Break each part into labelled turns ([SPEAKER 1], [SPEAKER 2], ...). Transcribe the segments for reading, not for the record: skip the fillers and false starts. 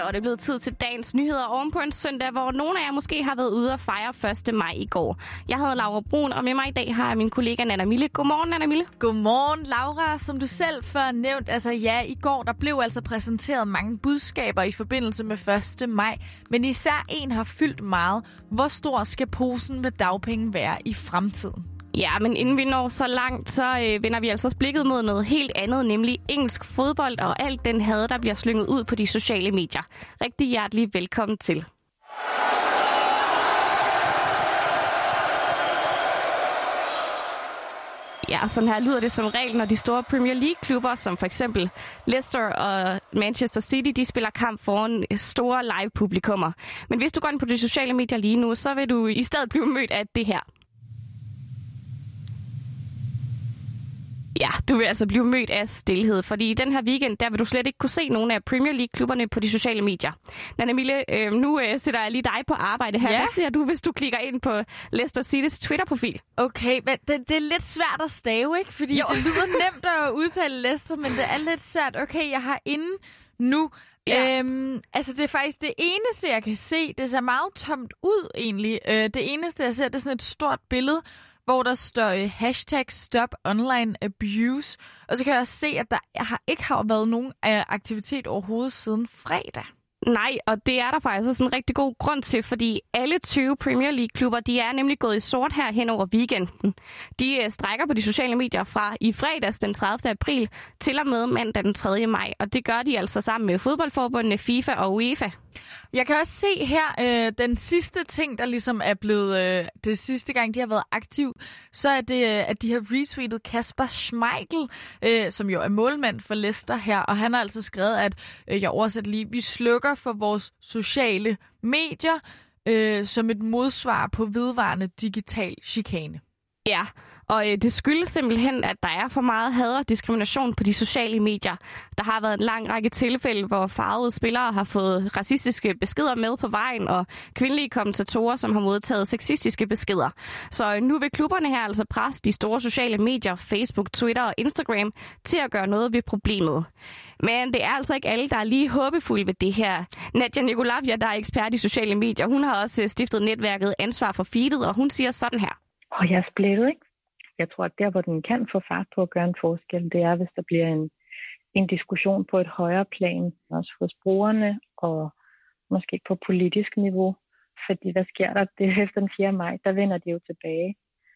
[SPEAKER 1] og det er blevet tid til dagens nyheder oven på en søndag, hvor nogle af jer måske har været ude og fejre 1. maj i går. Jeg hedder Laura Brun, og med mig i dag har jeg min kollega Nana Mille. Godmorgen, Nana Mille.
[SPEAKER 2] Godmorgen, Laura. Som du selv før nævnt, i går der blev altså præsenteret mange budskaber i forbindelse med 1. maj, men især en har fyldt meget. Hvor stor skal posen med dagpenge være i fremtiden?
[SPEAKER 1] Ja, men inden vi når så langt, så vender vi altså blikket mod noget helt andet, nemlig engelsk fodbold og alt den had, der bliver slynget ud på de sociale medier. Rigtig hjertelig velkommen til. Ja, sådan her lyder det som regel, når de store Premier League-klubber, som for eksempel Leicester og Manchester City, de spiller kamp foran store live-publikummer. Men hvis du går ind på de sociale medier lige nu, så vil du i stedet blive mødt af det her. Ja, du vil altså blive mødt af stilhed, fordi i den her weekend, der vil du slet ikke kunne se nogen af Premier League-klubberne på de sociale medier. Nana Mille, nu sætter jeg lige dig på arbejde her. Ja. Hvad siger du, hvis du klikker ind på Leicester City's Twitter-profil?
[SPEAKER 2] Okay, men det er lidt svært at stave, ikke? Fordi det lyder nemt at udtale Leicester, men det er lidt svært. Okay, jeg har inde nu. Ja. Det er faktisk det eneste, jeg kan se. Det ser meget tomt ud, egentlig. Det eneste, jeg ser, det er sådan et stort billede, hvor der står #StopOnlineAbuse. Og så kan jeg også se, at der ikke har været nogen aktivitet overhovedet siden fredag.
[SPEAKER 1] Nej, og det er der faktisk også en rigtig god grund til, fordi alle 20 Premier League-klubber, de er nemlig gået i sort her hen over weekenden. De strækker på de sociale medier fra i fredags den 30. april til og med mandag den 3. maj, og det gør de altså sammen med fodboldforbundene FIFA og UEFA.
[SPEAKER 2] Jeg kan også se her, den sidste ting, der ligesom er blevet det sidste gang, de har været aktiv, så er det, at de har retweetet Kasper Schmeichel, som jo er målmand for Leicester her, og han har altså skrevet, at, jeg oversætter lige, vi slukker for vores sociale medier som et modsvar på vedvarende digital chikane.
[SPEAKER 1] Ja, og det skyldes simpelthen, at der er for meget had og diskrimination på de sociale medier. Der har været en lang række tilfælde, hvor farvede spillere har fået racistiske beskeder med på vejen, og kvindelige kommentatorer, som har modtaget sexistiske beskeder. Så nu vil klubberne her altså presse de store sociale medier, Facebook, Twitter og Instagram, til at gøre noget ved problemet. Men det er altså ikke alle, der er lige håbefulde ved det her. Nadia Nikolavia, der er ekspert i sociale medier, hun har også stiftet netværket Ansvar for Feedet, og hun siger sådan her.
[SPEAKER 3] Jeg er splittet, ikke? Jeg tror, at der, hvor den kan få fart på at gøre en forskel, det er, hvis der bliver en diskussion på et højere plan, også hos brugerne og måske på politisk niveau. Fordi hvad sker der? Det efter den 4. maj, der vender de jo tilbage.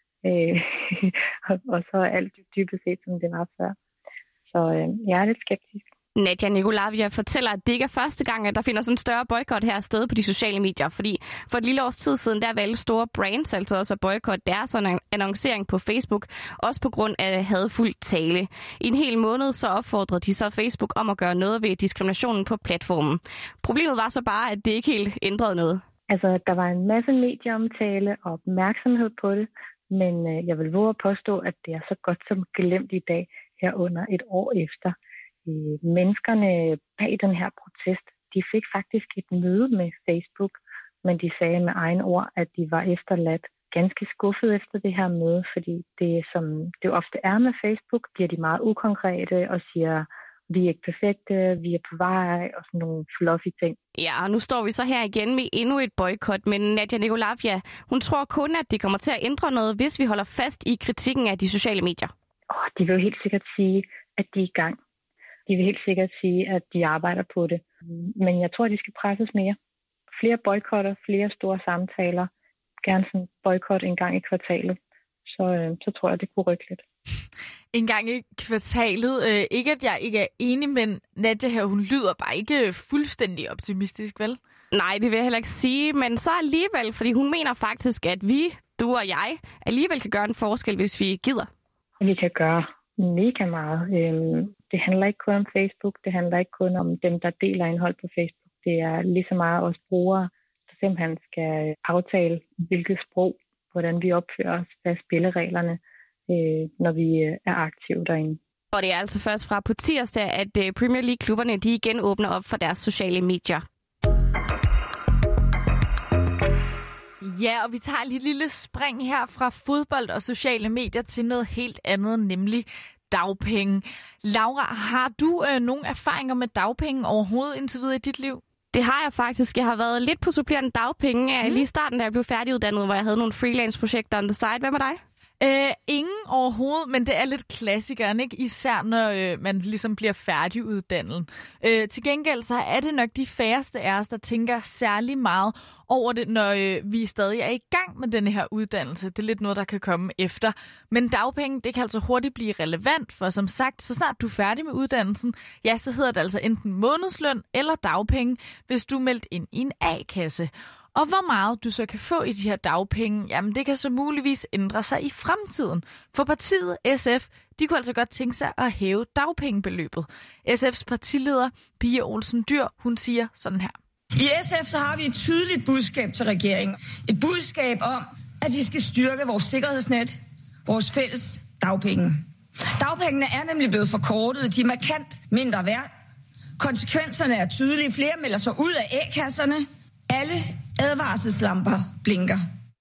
[SPEAKER 3] Og så er alt dybest set, som det var før. Så jeg er lidt skeptisk.
[SPEAKER 1] Nadia Nikolavia fortæller, at det ikke er første gang, at der finder sådan en større boykot her sted på de sociale medier. Fordi for et lille års tid siden, der valgte store brands altså også at boykotte deres annoncering på Facebook, også på grund af hadfuld tale. I en hel måned så opfordrede de så Facebook om at gøre noget ved diskriminationen på platformen. Problemet var så bare, at det ikke helt ændrede noget.
[SPEAKER 3] Altså, der var en masse medieomtale og opmærksomhed på det, men jeg vil våge at påstå, at det er så godt som glemt i dag, herunder et år efter. Menneskerne bag den her protest, de fik faktisk et møde med Facebook, men de sagde med egen ord, at de var efterladt ganske skuffet efter det her møde, fordi det, som det ofte er med Facebook, bliver de meget ukonkrete og siger, vi er ikke perfekte, vi er på vej og sådan nogle fluffy ting.
[SPEAKER 1] Ja, og nu står vi så her igen med endnu et boykot, men Nadia Nikolavia, hun tror kun, at det kommer til at ændre noget, hvis vi holder fast i kritikken af de sociale medier.
[SPEAKER 3] De vil jo helt sikkert sige, at de er i gang. De vil helt sikkert sige, at de arbejder på det. Men jeg tror, at de skal presses mere. Flere boykotter, flere store samtaler. Gerne sådan boykot en gang i kvartalet. Så tror jeg, det kunne rykke lidt.
[SPEAKER 2] En gang i kvartalet. Ikke at jeg ikke er enig, men Nadia her, hun lyder bare ikke fuldstændig optimistisk, vel?
[SPEAKER 1] Nej, det vil jeg heller ikke sige, men så alligevel, fordi hun mener faktisk, at vi, du og jeg, alligevel kan gøre en forskel, hvis vi gider.
[SPEAKER 3] Vi kan gøre mega meget. Det handler ikke kun om Facebook, det handler ikke kun om dem, der deler indhold på Facebook. Det er lige så meget os brugere, der simpelthen skal aftale, hvilket sprog, hvordan vi opfører os, hvad er spillereglerne, når vi er aktive derinde.
[SPEAKER 1] Og det er altså først fra på tirsdag, at Premier League-klubberne de igen åbner op for deres sociale medier.
[SPEAKER 2] Ja, og vi tager lige et lille spring her fra fodbold og sociale medier til noget helt andet, nemlig dagpenge. Laura, har du nogle erfaringer med dagpenge overhovedet indtil videre i dit liv?
[SPEAKER 1] Det har jeg faktisk. Jeg har været lidt på supplerende dagpenge lige i starten, da jeg blev færdiguddannet, hvor jeg havde nogle freelance-projekter on the side. Hvad med dig?
[SPEAKER 2] Ingen overhovedet, men det er lidt klassikeren, ikke? Især når man ligesom bliver færdiguddannet. Til gengæld så er det nok de færreste af os, der tænker særlig meget over det, når vi stadig er i gang med denne her uddannelse. Det er lidt noget, der kan komme efter. Men dagpenge, det kan altså hurtigt blive relevant, for som sagt, så snart du er færdig med uddannelsen, ja, så hedder det altså enten månedsløn eller dagpenge, hvis du er meldt ind i en A-kasse. Og hvor meget du så kan få i de her dagpenge, jamen det kan så muligvis ændre sig i fremtiden. For partiet SF, de kunne altså godt tænke sig at hæve dagpengebeløbet. SF's partileder, Pia Olsen Dyhr, hun siger sådan her.
[SPEAKER 4] I SF så har vi et tydeligt budskab til regeringen. Et budskab om, at vi skal styrke vores sikkerhedsnet, vores fælles dagpenge. Dagpengene er nemlig blevet forkortet, de er markant mindre værd. Konsekvenserne er tydelige, flere melder sig ud af A-kasserne. Alle advarselslamper blinker.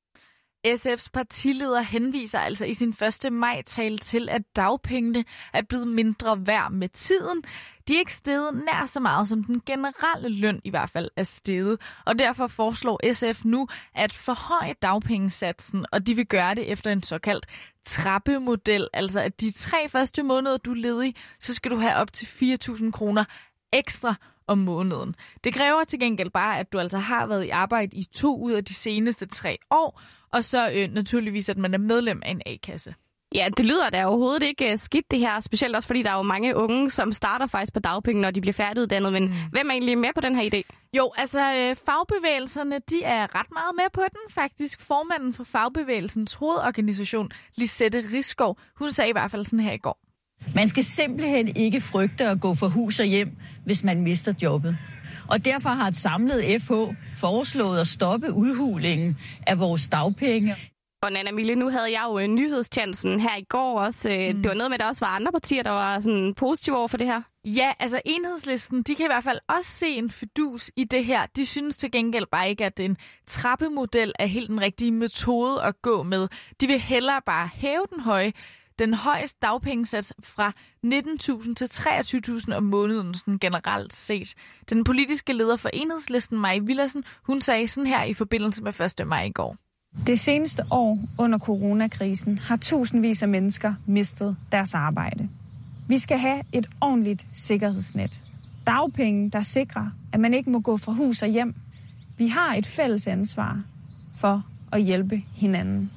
[SPEAKER 2] SF's partileder henviser altså i sin 1. maj-tale til, at dagpengene er blevet mindre værd med tiden. De er ikke steget nær så meget, som den generelle løn i hvert fald er steget. Og derfor foreslår SF nu at forhøje dagpengesatsen, og de vil gøre det efter en såkaldt trappemodel. Altså at de 3 første måneder, du er ledig, så skal du have op til 4.000 kroner ekstra om måneden. Det kræver til gengæld bare, at du altså har været i arbejde i 2 ud af de seneste 3 år, og så naturligvis, at man er medlem af en A-kasse.
[SPEAKER 1] Ja, det lyder da overhovedet ikke skidt det her, specielt også fordi der er jo mange unge, som starter faktisk på dagpenge, når de bliver færdiguddannet. Men hvem er egentlig med på den her idé?
[SPEAKER 2] Jo, altså fagbevægelserne, de er ret meget med på den faktisk. Formanden for fagbevægelsens hovedorganisation, Lisette Risgaard, hun sagde i hvert fald sådan her i går.
[SPEAKER 5] Man skal simpelthen ikke frygte at gå fra hus og hjem, hvis man mister jobbet. Og derfor har et samlet FH foreslået at stoppe udhulingen af vores dagpenge.
[SPEAKER 1] Og Nanna Mille, nu havde jeg jo nyhedschancen her i går også. Det var noget med, at der også var andre partier, der var sådan positive over for det her.
[SPEAKER 2] Ja, altså Enhedslisten, de kan i hvert fald også se en fidus i det her. De synes til gengæld bare ikke, at en trappemodel er helt den rigtige metode at gå med. De vil hellere bare hæve den højeste dagpengesats fra 19.000 til 23.000 om måneden sådan generelt set. Den politiske leder for Enhedslisten, Mai Villadsen, hun sagde sådan her i forbindelse med 1. maj i går.
[SPEAKER 6] Det seneste år under coronakrisen har tusindvis af mennesker mistet deres arbejde. Vi skal have et ordentligt sikkerhedsnet. Dagpenge, der sikrer, at man ikke må gå fra hus og hjem. Vi har et fælles ansvar for at hjælpe hinanden.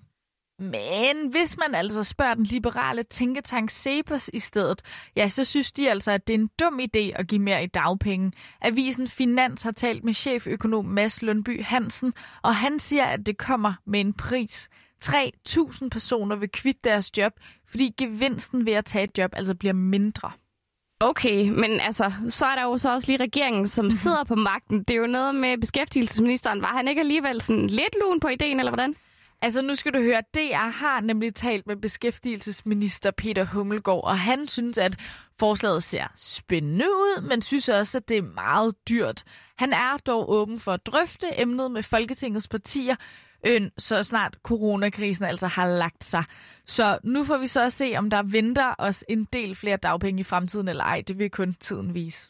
[SPEAKER 2] Men hvis man altså spørger den liberale tænketank CEPOS i stedet, ja, så synes de altså, at det er en dum idé at give mere i dagpenge. Avisen Finans har talt med cheføkonom Mads Lundby Hansen, og han siger, at det kommer med en pris. 3.000 personer vil kvitte deres job, fordi gevinsten ved at tage et job altså bliver mindre.
[SPEAKER 1] Okay, men altså, så er der jo så også lige regeringen, som sidder på magten. Det er jo noget med beskæftigelsesministeren. Var han ikke alligevel sådan lidt lun på ideen, eller hvordan?
[SPEAKER 2] Altså nu skal du høre, DR har nemlig talt med beskæftigelsesminister Peter Hummelgaard, og han synes, at forslaget ser spændende ud, men synes også, at det er meget dyrt. Han er dog åben for at drøfte emnet med Folketingets partier, så snart coronakrisen altså har lagt sig. Så nu får vi så at se, om der venter os en del flere dagpenge i fremtiden eller ej. Det vil kun tiden vise.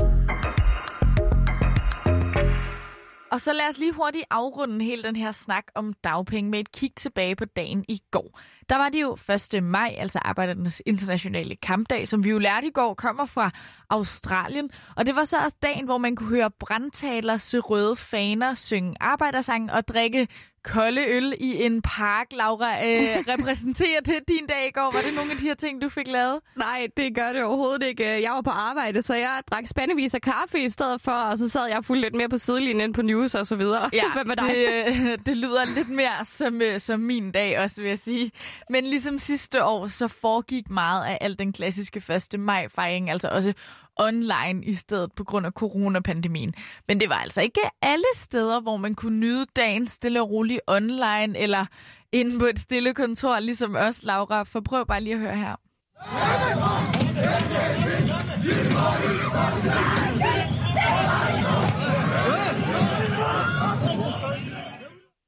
[SPEAKER 2] Og så lad os lige hurtigt afrunde hele den her snak om dagpenge med et kig tilbage på dagen i går. Der var det jo 1. maj, altså Arbejdernes Internationale Kampdag, som vi jo lærte i går, kommer fra Australien. Og det var så også dagen, hvor man kunne høre brandtaler, se røde faner, synge arbejdersang og drikke kolde øl i en park. Laura, repræsenterer det din dag i går? Var det nogle af de her ting, du fik lavet?
[SPEAKER 1] Nej, det gør det overhovedet ikke. Jeg var på arbejde, så jeg drak spandevis af kaffe i stedet for, og så sad jeg fuldt lidt mere på sidelinjen på news og så videre.
[SPEAKER 2] Ja,
[SPEAKER 1] hvad med dig?
[SPEAKER 2] Det lyder lidt mere som min dag også, vil jeg sige. Men ligesom sidste år, så foregik meget af al den klassiske 1. maj-fejring, altså også online i stedet på grund af coronapandemien. Men det var altså ikke alle steder, hvor man kunne nyde dagen stille og roligt online eller inde på et stille kontor, ligesom os, Laura. For prøv bare lige at høre her.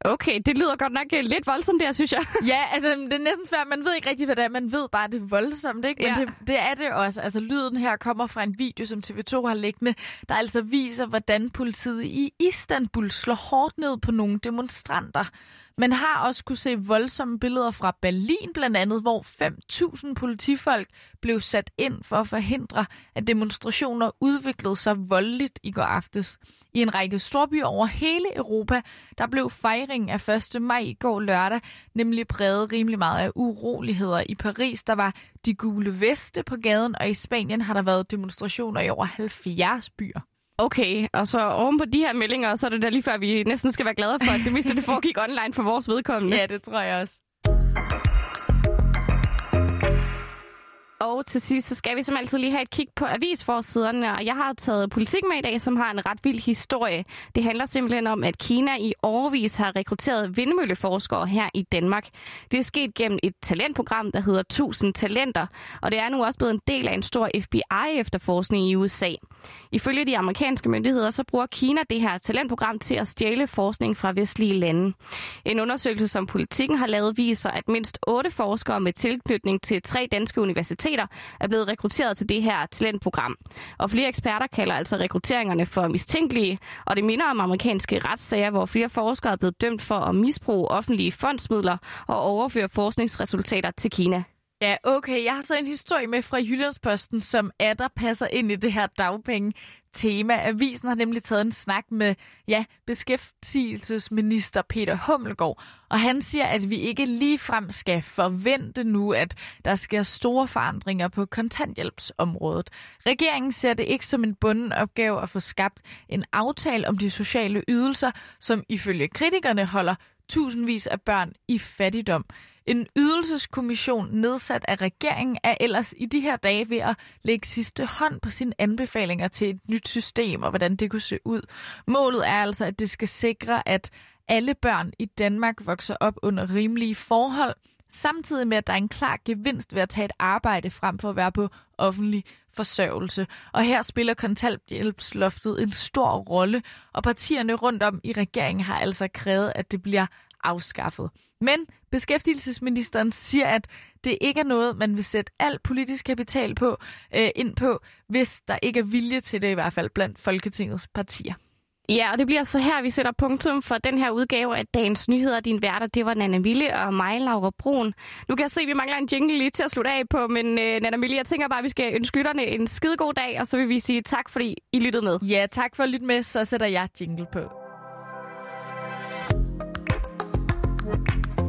[SPEAKER 1] Okay, det lyder godt nok lidt voldsomt der, synes jeg.
[SPEAKER 2] Ja, altså det er næsten før, man ved ikke rigtig, hvad det er. Man ved bare, det er voldsomt, ikke? Men det er det også. Altså lyden her kommer fra en video, som TV2 har liggende, der altså viser, hvordan politiet i Istanbul slår hårdt ned på nogle demonstranter. Man har også kunne se voldsomme billeder fra Berlin blandt andet, hvor 5.000 politifolk blev sat ind for at forhindre, at demonstrationer udviklede sig voldeligt i går aftes. I en række storbyer over hele Europa, der blev fejringen af 1. maj i går lørdag nemlig præget rimelig meget af uroligheder. I Paris, der var de gule veste på gaden, og i Spanien har der været demonstrationer i over 70 byer.
[SPEAKER 1] Okay, og så oven på de her meldinger, så er det da lige før, vi næsten skal være glade for, at det meste det foregik online for vores vedkommende.
[SPEAKER 2] Ja, det tror jeg også.
[SPEAKER 1] Og til sidst, så skal vi som altid lige have et kig på avisforsiderne, og jeg har taget Politik med i dag, som har en ret vild historie. Det handler simpelthen om, at Kina i årevis har rekrutteret vindmølleforskere her i Danmark. Det er sket gennem et talentprogram, der hedder 1000 Talenter, og det er nu også blevet en del af en stor FBI-efterforskning i USA. Ifølge de amerikanske myndigheder, så bruger Kina det her talentprogram til at stjæle forskning fra vestlige lande. En undersøgelse, som Politikken har lavet, viser, at mindst 8 forskere med tilknytning til 3 danske universiteter er blevet rekrutteret til det her talentprogram. Og flere eksperter kalder altså rekrutteringerne for mistænkelige, og det minder om amerikanske retssager, hvor flere forskere er blevet dømt for at misbruge offentlige fondsmidler og overføre forskningsresultater til Kina.
[SPEAKER 2] Ja, okay. Jeg har så en historie med fra Jyllandsposten, som passer ind i det her dagpenge-tema. Avisen har nemlig taget en snak med beskæftigelsesminister Peter Hummelgaard, og han siger, at vi ikke ligefrem skal forvente nu, at der sker store forandringer på kontanthjælpsområdet. Regeringen ser det ikke som en bunden opgave at få skabt en aftale om de sociale ydelser, som ifølge kritikerne holder tusindvis af børn i fattigdom. En ydelseskommission nedsat af regeringen er ellers i de her dage ved at lægge sidste hånd på sine anbefalinger til et nyt system og hvordan det kunne se ud. Målet er altså, at det skal sikre, at alle børn i Danmark vokser op under rimelige forhold, samtidig med, at der er en klar gevinst ved at tage et arbejde frem for at være på offentlig forsørgelse. Og her spiller kontanthjælpsloftet en stor rolle, og partierne rundt om i regeringen har altså krævet, at det bliver afskaffet. Men beskæftigelsesministeren siger, at det ikke er noget, man vil sætte al politisk kapital på ind på, hvis der ikke er vilje til det, i hvert fald blandt Folketingets partier.
[SPEAKER 1] Ja, og det bliver så her, vi sætter punktum for den her udgave af Dagens Nyheder. Din værter, det var Nanna Mille og mig, Laura Brun. Nu kan jeg se, at vi mangler en jingle lige til at slutte af på, men Nanna Mille, jeg tænker bare, at vi skal ønske lytterne en skidegod dag, og så vil vi sige tak, fordi I lyttede med.
[SPEAKER 2] Ja, tak for at lytte med, så sætter jeg jingle på.